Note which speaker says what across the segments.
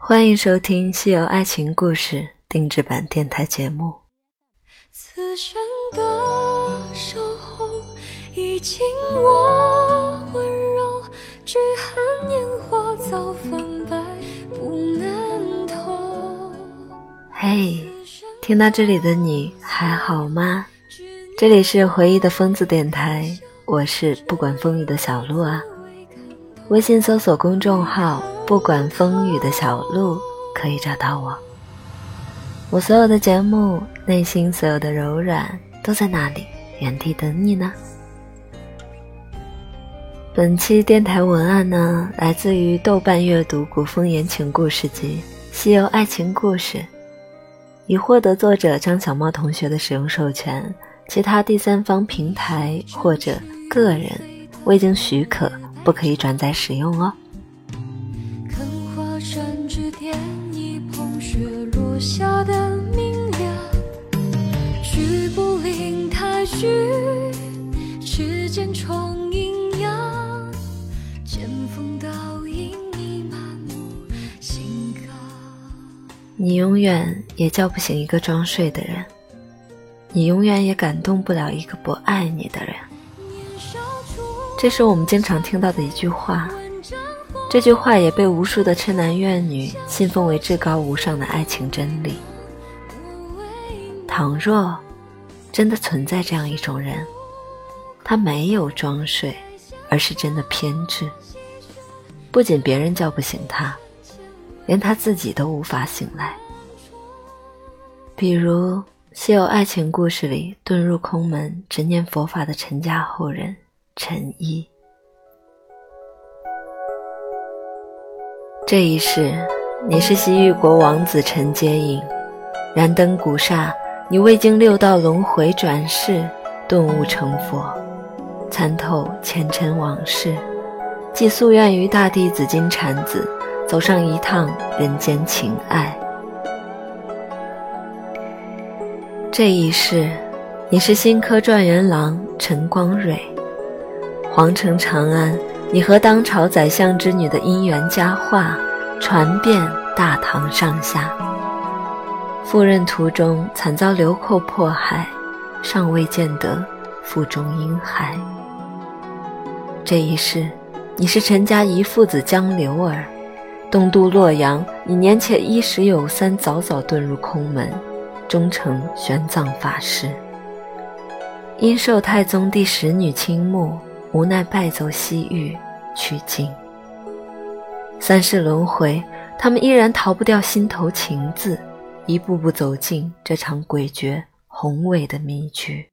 Speaker 1: 欢迎收听《西游爱情故事》定制版电台节目。
Speaker 2: 此生的守候，已经我温柔，只恨年华早泛白，不能透。
Speaker 1: 嘿，听到这里的你还好吗？这里是回忆的疯子电台，我是不管风雨的小鹿啊。微信搜索公众号不管风雨的小鹿可以找到我。我所有的节目，内心所有的柔软都在那里原地等你呢。本期电台文案呢，来自于豆瓣阅读古风言情故事集《西游爱情故事》，已获得作者张小猫同学的使用授权，其他第三方平台或者个人未经许可不可以转载使用哦。
Speaker 2: 看华山之巅，一捧雪落下的明亮，虚不灵太虚，世间充阴阳，剑锋倒影你满目心高。
Speaker 1: 你永远也叫不醒一个装睡的人，你永远也感动不了一个不爱你的人。这是我们经常听到的一句话，这句话也被无数的痴男怨女信奉为至高无上的爱情真理。倘若真的存在这样一种人，他没有装睡，而是真的偏执，不仅别人叫不醒他，连他自己都无法醒来。比如西游爱情故事里遁入空门执念佛法的陈家后人陈一。这一世你是西域国王子陈接引，燃灯古刹，你未经六道轮回转世，顿悟成佛，参透前尘往事，寄夙愿于大弟子金蝉子，走上一趟人间情爱。这一世你是新科状元郎陈光蕊，皇城长安，你和当朝宰相之女的姻缘佳话传遍大唐上下，赴任途中惨遭流寇迫害，尚未见得腹中婴孩。这一世你是陈家遗父子江流儿，东渡洛阳，你年且衣食有三，早早遁入空门，终成玄奘法师。因受太宗第10女倾慕，无奈败走西域取经。三世轮回，他们依然逃不掉心头情字，一步步走进这场诡谲宏伟的迷局。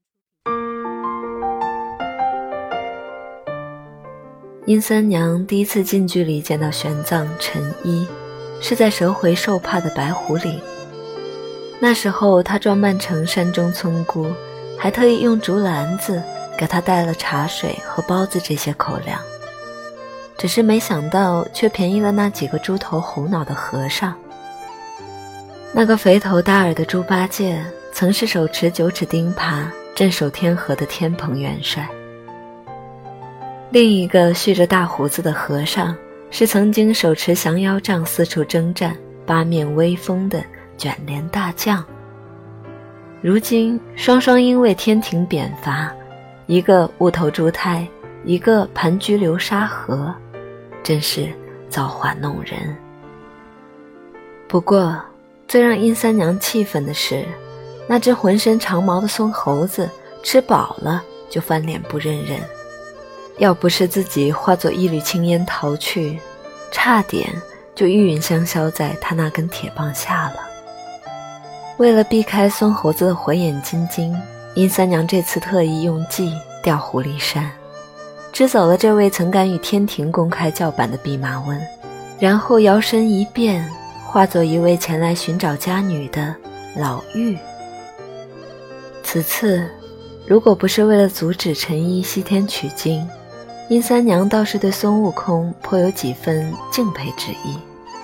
Speaker 1: 殷三娘第一次近距离见到玄奘陈一，是在蛇回受怕的白虎岭。那时候她装扮成山中村姑，还特意用竹篮子给他带了茶水和包子这些口粮，只是没想到却便宜了那几个猪头猴脑的和尚。那个肥头大耳的猪八戒曾是手持9齿钉耙镇守天河的天蓬元帅，另一个蓄着大胡子的和尚是曾经手持降妖杖四处征战八面威风的卷帘大将。如今双双因为天庭贬罚，一个误投猪胎，一个盘踞流沙河，真是造化弄人。不过最让殷三娘气愤的是，那只浑身长毛的孙猴子吃饱了就翻脸不认人，要不是自己化作一缕青烟逃去，差点就玉殒香消在他那根铁棒下了。为了避开孙猴子的火眼金睛，殷三娘这次特意用计调狐狸山，支走了这位曾敢与天庭公开叫板的弼马温，然后摇身一变，化作一位前来寻找家女的老妪。此次如果不是为了阻止陈一西天取经，殷三娘倒是对孙悟空颇有几分敬佩之意。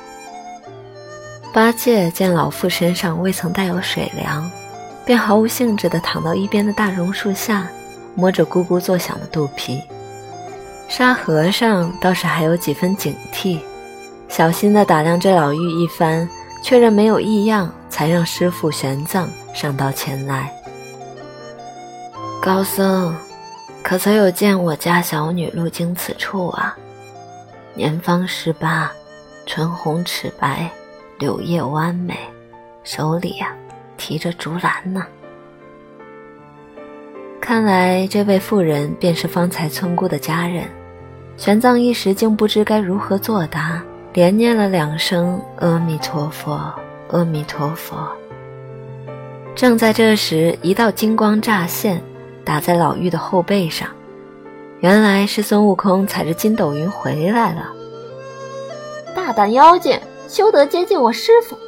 Speaker 1: 八戒见老妇身上未曾带有水粮，便毫无兴致地躺到一边的大榕树下，摸着咕咕作响的肚皮。沙和尚倒是还有几分警惕， 小心地打量着老妪一番，确认没有异样，才让师父玄奘上到前来。高僧，可曾有见我家小女路经此处啊？年方18，唇红齿白，柳叶弯眉，手里提着竹篮呢。看来这位妇人便是方才村姑的家人。玄奘一时竟不知该如何作答，连念了2声阿弥陀佛，阿弥陀佛。正在这时，一道金光乍现，打在老妪的后背上。原来是孙悟空踩着筋斗云回来了。
Speaker 3: 大胆妖精，休得接近我师父！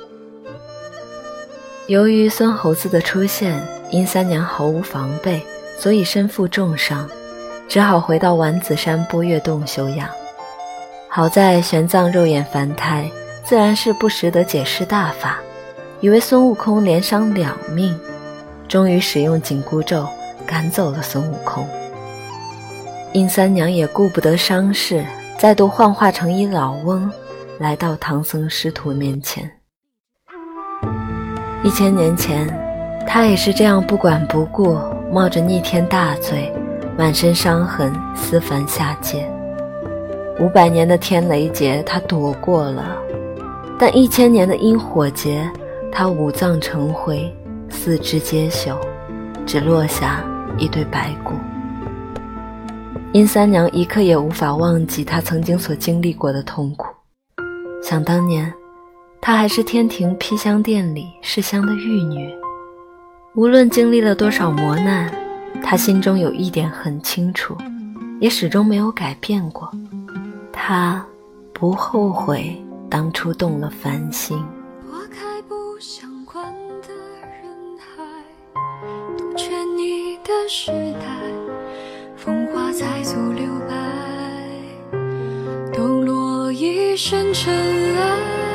Speaker 1: 由于孙猴子的出现，殷三娘毫无防备，所以身负重伤，只好回到丸子山波月洞休养。好在玄奘肉眼凡胎，自然是不识得解释大法，以为孙悟空连伤2命，终于使用紧箍咒赶走了孙悟空。殷三娘也顾不得伤势，再度幻化成一老翁，来到唐僧师徒面前。1000年前，他也是这样不管不顾，冒着逆天大罪，满身伤痕，私凡下界。500年的天雷劫他躲过了，但1000年的阴火劫，他五脏成灰，四肢皆朽，只落下一堆白骨。殷三娘一刻也无法忘记他曾经所经历过的痛苦。想当年，她还是天庭披香殿里侍香的玉女，无论经历了多少磨难，她心中有一点很清楚，也始终没有改变过，她不后悔当初动了凡心。
Speaker 2: 拨开不相关的人海，杜鹃你的时代，风华再足留白，抖落一身尘埃，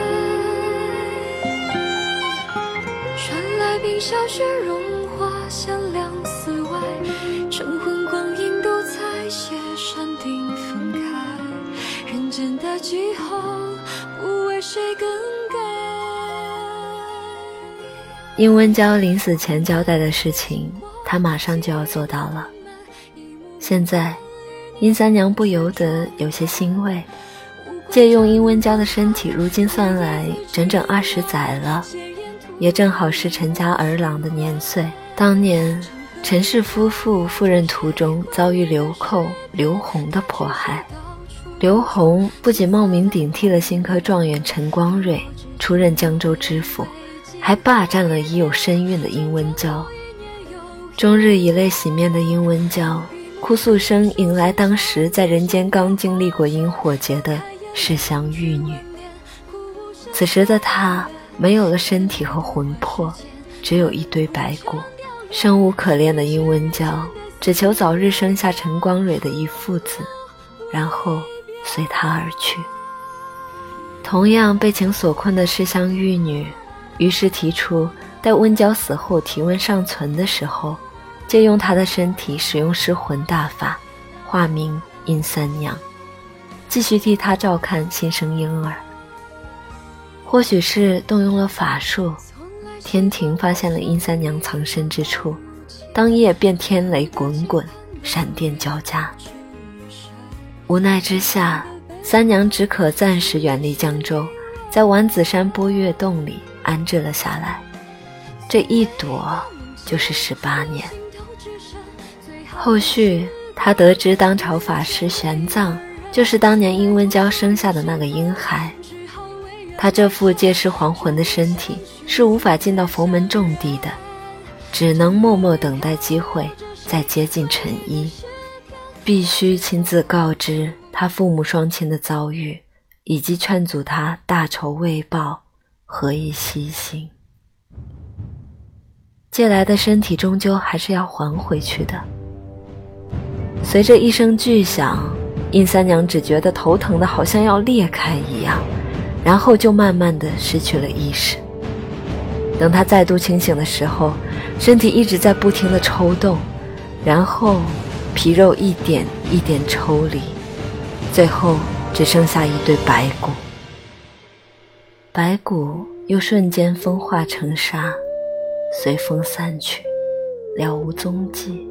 Speaker 2: 传来冰消雪融化，响亮寺外，晨昏光阴都在写山顶分开，人间的气候不为谁更改。
Speaker 1: 殷温娇临死前交代的事情，他马上就要做到了。现在殷三娘不由得有些欣慰，借用殷温娇的身体，如今算来整整20载了，也正好是陈家儿郎的年岁。当年陈氏夫妇赴任途中遭遇流寇刘宏的迫害，刘宏不仅冒名顶替了新科状元陈光蕊出任江州知府，还霸占了已有身孕的殷温娇。终日以泪洗面的殷温娇哭诉声迎来当时在人间刚经历过阴火劫的世香玉女。此时的她没有了身体和魂魄，只有一堆白骨。生无可恋的殷温娇只求早日生下陈光蕊的一父子，然后随他而去。同样被情所困的世香玉女于是提出，待温娇死后体温尚存的时候，借用她的身体使用失魂大法，化名殷三娘，继续替她照看新生婴儿。或许是动用了法术，天庭发现了殷三娘藏身之处，当夜便天雷滚滚，闪电交加。无奈之下，三娘只可暂时远离江州，在丸子山波月洞里安置了下来。这一躲就是18年。后续他得知当朝法师玄奘就是当年殷温娇生下的那个婴孩，他这副借尸还魂的身体是无法进到佛门种地的，只能默默等待机会再接近陈一，必须亲自告知他父母双亲的遭遇，以及劝阻他大仇未报，何以西行。借来的身体终究还是要还回去的。随着一声巨响，殷三娘只觉得头疼的好像要裂开一样，然后就慢慢的失去了意识。等她再度清醒的时候，身体一直在不停的抽动，然后皮肉一点一点抽离，最后只剩下一堆白骨。 白骨又瞬间风化成沙，随风散去，了无踪迹。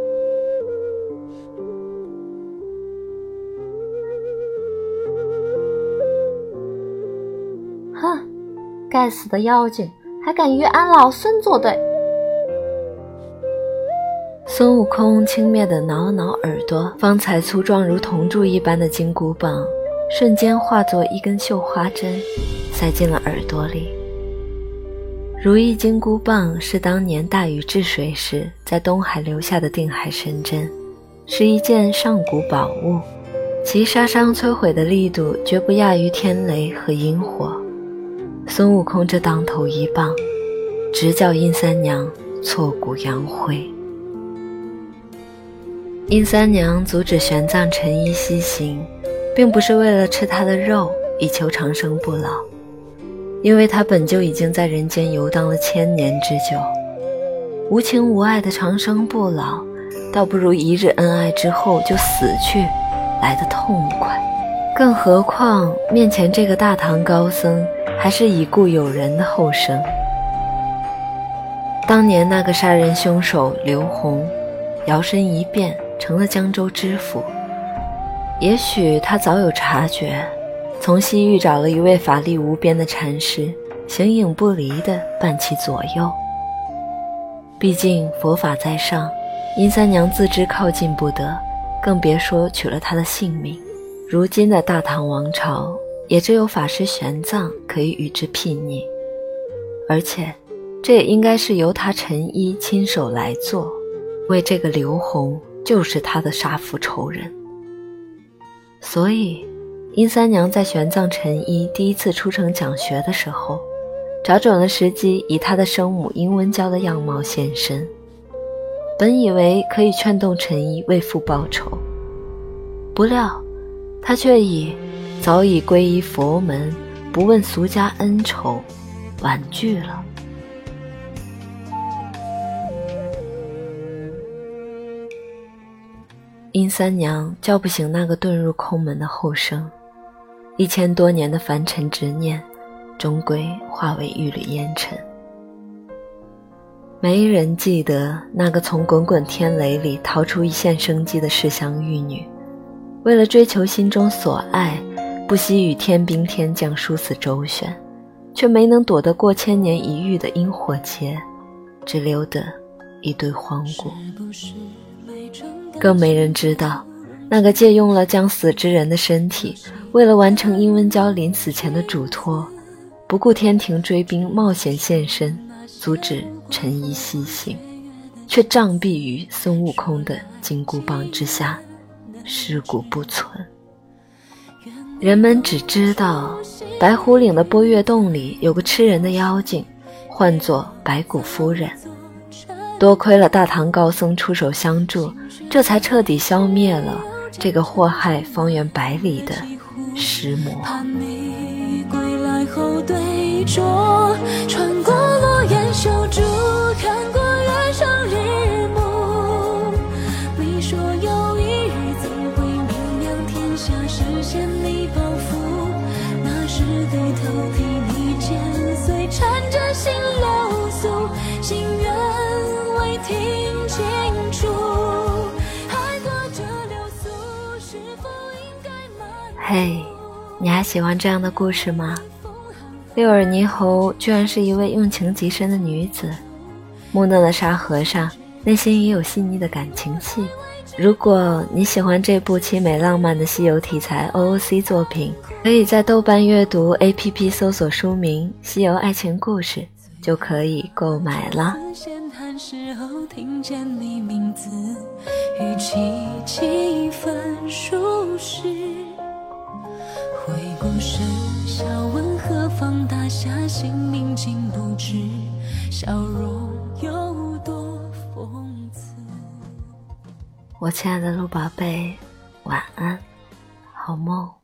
Speaker 3: 哼，该死的妖精，还敢与俺老孙作对！
Speaker 1: 孙悟空轻蔑地挠挠耳朵，方才粗壮如铜柱一般的金箍棒瞬间化作一根绣花针，塞进了耳朵里。如意金箍棒是当年大禹治水时在东海留下的定海神针，是一件上古宝物，其杀伤摧毁的力度绝不亚于天雷和阴火。孙悟空这当头一棒，直叫殷三娘挫骨扬灰。殷三娘阻止玄奘陈一西行，并不是为了吃他的肉以求长生不老，因为他本就已经在人间游荡了1000年之久，无情无爱的长生不老，倒不如一日恩爱之后就死去来得痛快。更何况面前这个大唐高僧还是已故友人的后生。当年那个杀人凶手刘洪摇身一变成了江州知府，也许他早有察觉，从西域找了一位法力无边的禅师，形影不离地伴其左右。毕竟佛法在上，殷三娘自知靠近不得，更别说取了他的性命。如今的大唐王朝也只有法师玄奘可以与之睥睨，而且这也应该是由他陈一亲手来做，为这个刘洪就是他的杀父仇人。所以殷三娘在玄奘陈一第一次出城讲学的时候，找准了时机，以他的生母殷温娇的样貌现身，本以为可以劝动陈一为父报仇，不料他却以早已皈依佛门，不问俗家恩仇婉拒了。殷三娘叫不醒那个遁入空门的后生，1000多年的凡尘执念终归化为一缕烟尘。没人记得那个从滚滚天雷里逃出一线生机的世香玉女，为了追求心中所爱，不惜与天兵天将殊死周旋，却没能躲得过1000年一遇的阴火劫，只留得一堆荒骨。更没人知道，那个借用了将死之人的身体，为了完成殷温娇临死前的嘱托，不顾天庭追兵冒险现身，阻止陈一西行，却杖毙于孙悟空的金箍棒之下，尸骨不存。人们只知道白虎岭的波月洞里有个吃人的妖精，唤作白骨夫人。多亏了大唐高僧出手相助，这才彻底消灭了这个祸害方圆100里的尸魔。
Speaker 2: 归来后对酌，穿过落雁修竹，看过月上日暮。你说有一日总会明亮天下，实现你抱负。那时对头替你剪碎，缠着心流诉，心愿未听清楚。爱过这流苏，是否应该慢？
Speaker 1: 嘿，你还喜欢这样的故事吗？六耳猕猴居然是一位用情极深的女子，木讷的沙和尚内心也有细腻的感情戏。如果你喜欢这部凄美浪漫的西游题材 OOC 作品，可以在豆瓣阅读 APP 搜索书名《西游爱情故事》就可以购买了。
Speaker 2: 闲谈时候听见你名字，语气几分舒适。回顾时笑问何方大侠，姓名竟不知，笑容有多讽刺。
Speaker 1: 我亲爱的鹿宝贝，晚安，好梦。